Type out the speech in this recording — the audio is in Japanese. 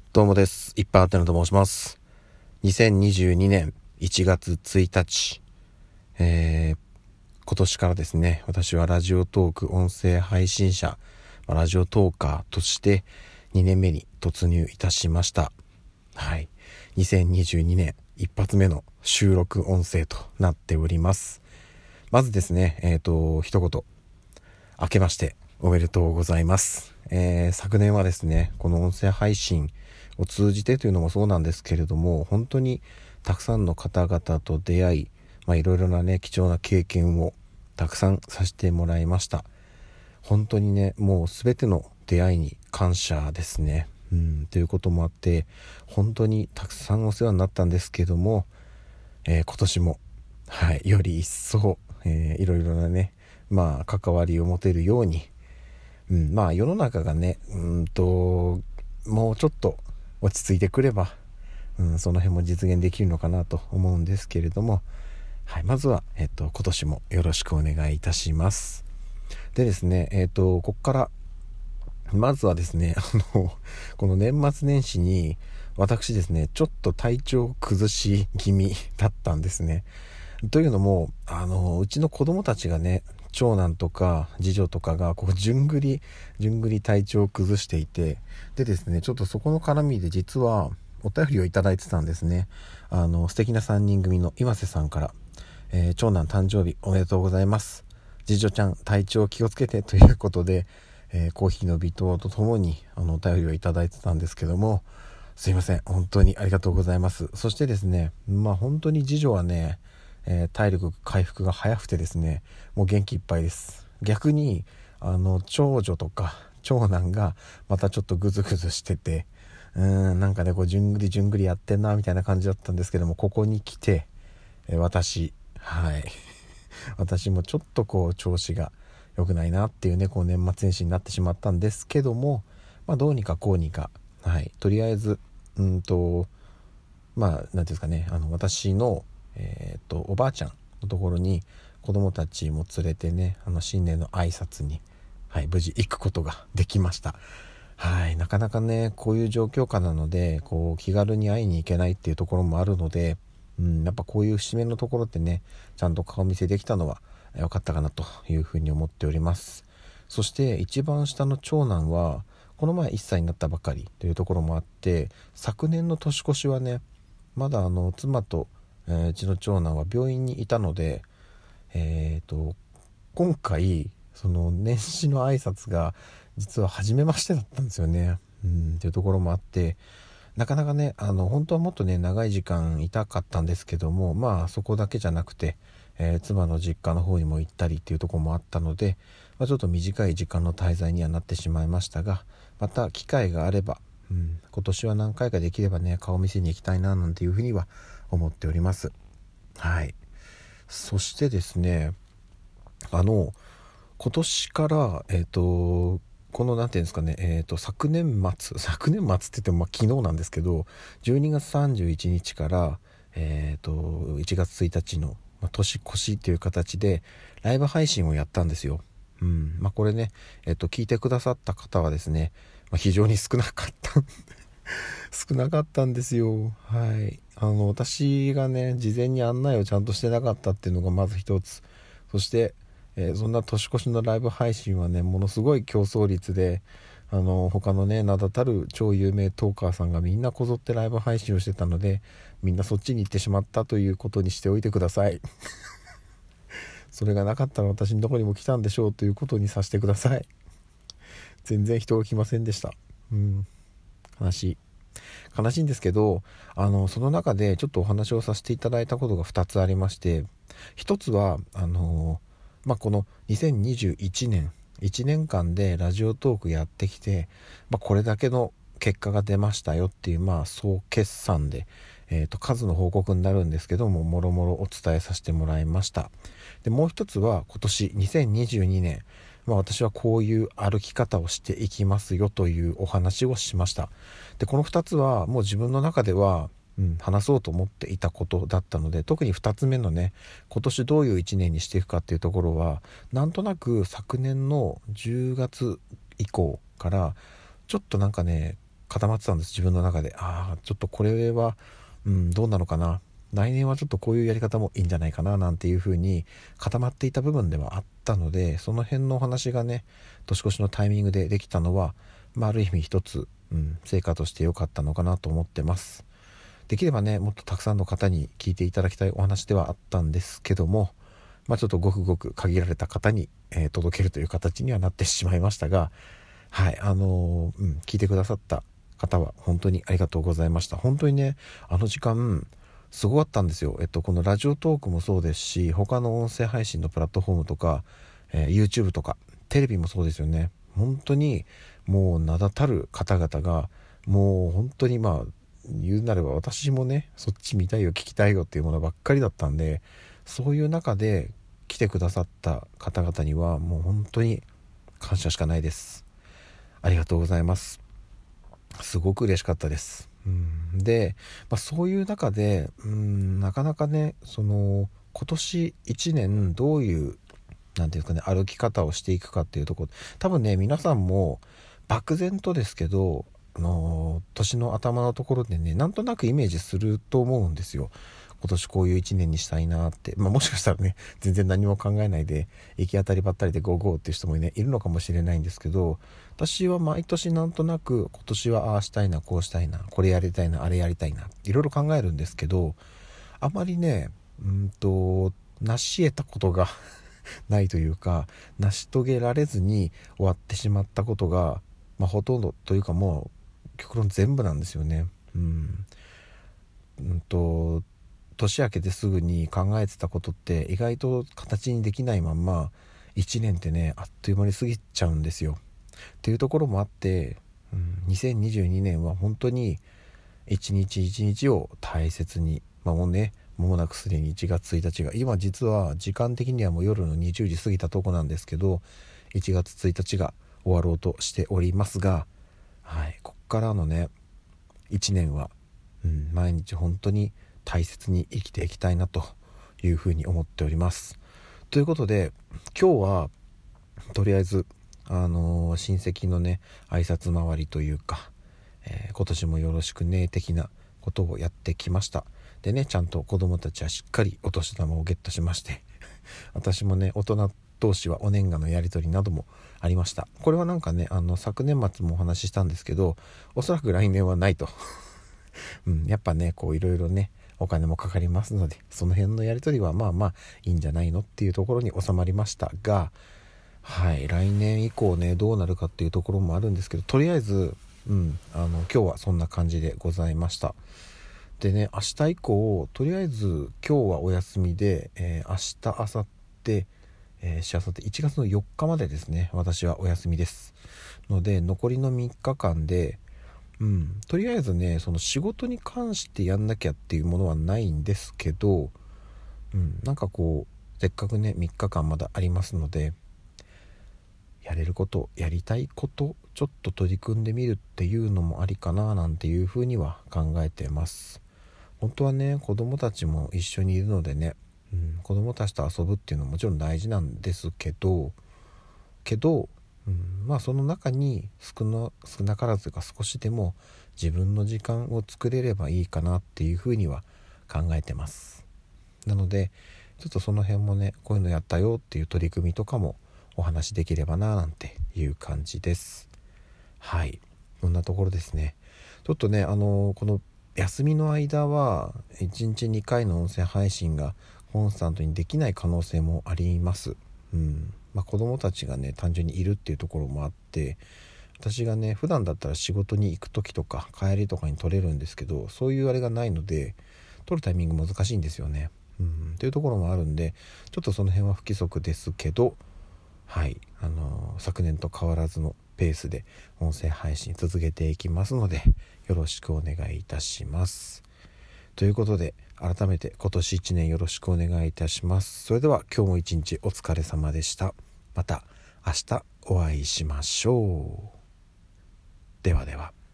どうもです。いっぱいあってのと申します。2022年1月1日、今年からですね、私はラジオトーク音声配信者、ラジオトーカーとして2年目に突入いたしました。はい。2022年一発目の収録音声となっております。まずですね、一言、明けましておめでとうございます。昨年はですね、この音声配信を通じてというのもそうなんですけれども、本当にたくさんの方々と出会い、いろいろなね、貴重な経験をたくさんさせてもらいました。本当にね、もうすべての出会いに感謝ですね。ということもあって、本当にたくさんお世話になったんですけども、今年も、より一層、いろいろなね、関わりを持てるように、世の中がね、もうちょっと落ち着いてくれば、その辺も実現できるのかなと思うんですけれども、まずは、今年もよろしくお願いいたします。でですね、ここからまずはですね、この年末年始に私ですね、ちょっと体調崩し気味だったんですね。というのも、うちの子供たちがね、長男とか次女とかがじゅんぐり体調を崩していて、でですね、ちょっとそこの絡みで実はお便りをいただいてたんですね。素敵な3人組の岩瀬さんから、長男誕生日おめでとうございます。次女ちゃん体調気をつけてということで、コーヒーの微糖とともにお便りをいただいてたんですけども、すいません、本当にありがとうございます。そしてですね、本当に次女はね、体力回復が早くてですね、もう元気いっぱいです。逆に長女とか長男がまたちょっとグズグズしてて、なんかね、じゅんぐりやってんなみたいな感じだったんですけども、ここに来て、私もちょっと調子が良くないなっていうね、年末年始になってしまったんですけども、どうにかこうにか、とりあえずなんていうんですかね、私のおばあちゃんのところに子供たちも連れてね、新年の挨拶に、無事行くことができました。なかなかね、こういう状況下なので、気軽に会いに行けないっていうところもあるので、やっぱこういう節目のところってね、ちゃんと顔見せできたのは良かったかなというふうに思っております。そして一番下の長男はこの前1歳になったばかりというところもあって、昨年の年越しはね、まだ妻とうちの長男は病院にいたので、今回その年始の挨拶が実は初めましてだったんですよね。っていうところもあって、なかなかね、本当はもっとね長い時間いたかったんですけども、そこだけじゃなくて、妻の実家の方にも行ったりっていうところもあったので、ちょっと短い時間の滞在にはなってしまいましたが、また機会があれば、今年は何回かできればね、顔見せに行きたいななんていうふうには思っております。そしてですね、今年からこのなんていうんですかね、昨年末って言っても昨日なんですけど、12月31日から1月1日の、年越しという形でライブ配信をやったんですよ。これね、聞いてくださった方はですね、非常に少なかったんですよ。私がね、事前に案内をちゃんとしてなかったっていうのがまず一つ。そして、そんな年越しのライブ配信はね、ものすごい競争率で、他のね、名だたる超有名トーカーさんがみんなこぞってライブ配信をしてたので、みんなそっちに行ってしまったということにしておいてください。それがなかったら私のところにも来たんでしょうということにさせてください。全然人が来ませんでした。悲しいんですけど、その中でちょっとお話をさせていただいたことが2つありまして、1つはこの2021年1年間でラジオトークやってきて、これだけの結果が出ましたよっていう、総決算で、数の報告になるんですけども、もろもろお伝えさせてもらいました。で、もう一つは今年2022年、私はこういう歩き方をしていきますよというお話をしました。で、この2つはもう自分の中では話そうと思っていたことだったので、特に2つ目のね、今年どういう1年にしていくかっていうところは、なんとなく昨年の10月以降からちょっとなんかね、 固まってたんです、自分の中で。ちょっとこれは、どうなのかな、来年はちょっとこういうやり方もいいんじゃないかななんていう風に固まっていた部分ではあったので、その辺のお話がね年越しのタイミングでできたのは、ある意味一つ、成果として良かったのかなと思ってます。できればねもっとたくさんの方に聞いていただきたいお話ではあったんですけども、ちょっとごくごく限られた方に、届けるという形にはなってしまいましたが、はい、聞いてくださった方は本当にありがとうございました。本当にね時間すごかったんですよ。このラジオトークもそうですし、他の音声配信のプラットフォームとか、YouTube とかテレビもそうですよね。本当にもう名だたる方々がもう本当に言うなれば私もねそっち見たいよ聞きたいよっていうものばっかりだったんで、そういう中で来てくださった方々にはもう本当に感謝しかないです。ありがとうございます。すごく嬉しかったです。で、そういう中でなかなかね今年1年どういうなんていうかね歩き方をしていくかっていうところ、多分ね皆さんも漠然とですけど年の頭のところでねなんとなくイメージすると思うんですよ。今年こういう1年にしたいなって、もしかしたらね全然何も考えないで行き当たりばったりでゴーゴーっていう人もねいるのかもしれないんですけど、私は毎年なんとなく今年はああしたいなこうしたいなこれやりたいなあれやりたいないろいろ考えるんですけど、あまりね成し得たことがないというか成し遂げられずに終わってしまったことが、ほとんどというかもう極論全部なんですよね。年明けてすぐに考えてたことって意外と形にできないまんま1年ってねあっという間に過ぎちゃうんですよっていうところもあって、2022年は本当に一日一日を大切に、もうね間もなくすでに1月1日が今実は時間的にはもう夜の20時過ぎたとこなんですけど、1月1日が終わろうとしておりますが、こっからのね1年は、毎日本当に大切に生きていきたいなというふうに思っております。ということで今日はとりあえず親戚のね挨拶回りというか、今年もよろしくね的なことをやってきました。でねちゃんと子供たちはしっかりお年玉をゲットしまして私もね大人同士はお年賀のやり取りなどもありました。これはなんかね昨年末もお話ししたんですけど、おそらく来年はないとやっぱねこういろいろねお金もかかりますので、その辺のやり取りはまあいいんじゃないのっていうところに収まりましたが、来年以降ねどうなるかっていうところもあるんですけど、とりあえず今日はそんな感じでございました。でね明日以降とりあえず今日はお休みで、明日明後日しあさって1月の4日までですね私はお休みですので、残りの3日間でとりあえずねその仕事に関してやんなきゃっていうものはないんですけど、なんかこうせっかくね3日間まだありますので、やれることやりたいことちょっと取り組んでみるっていうのもありかななんていうふうには考えてます。本当はね子供たちも一緒にいるのでね、子供たちと遊ぶっていうのはもちろん大事なんですけど、その中に少なからずが少しでも自分の時間を作れればいいかなっていうふうには考えてます。なのでちょっとその辺もねこういうのやったよっていう取り組みとかもお話できればななんていう感じです。こんなところですね。ちょっとねこの休みの間は1日2回の音声配信がコンスタントにできない可能性もあります。子供たちがね単純にいるっていうところもあって、私がね普段だったら仕事に行く時とか帰りとかに撮れるんですけど、そういうあれがないので撮るタイミング難しいんですよね。っていうところもあるんでちょっとその辺は不規則ですけど、昨年と変わらずのペースで音声配信続けていきますのでよろしくお願いいたします。ということで改めて今年1年よろしくお願いいたします。それでは今日も一日お疲れ様でした。また明日お会いしましょう。ではでは。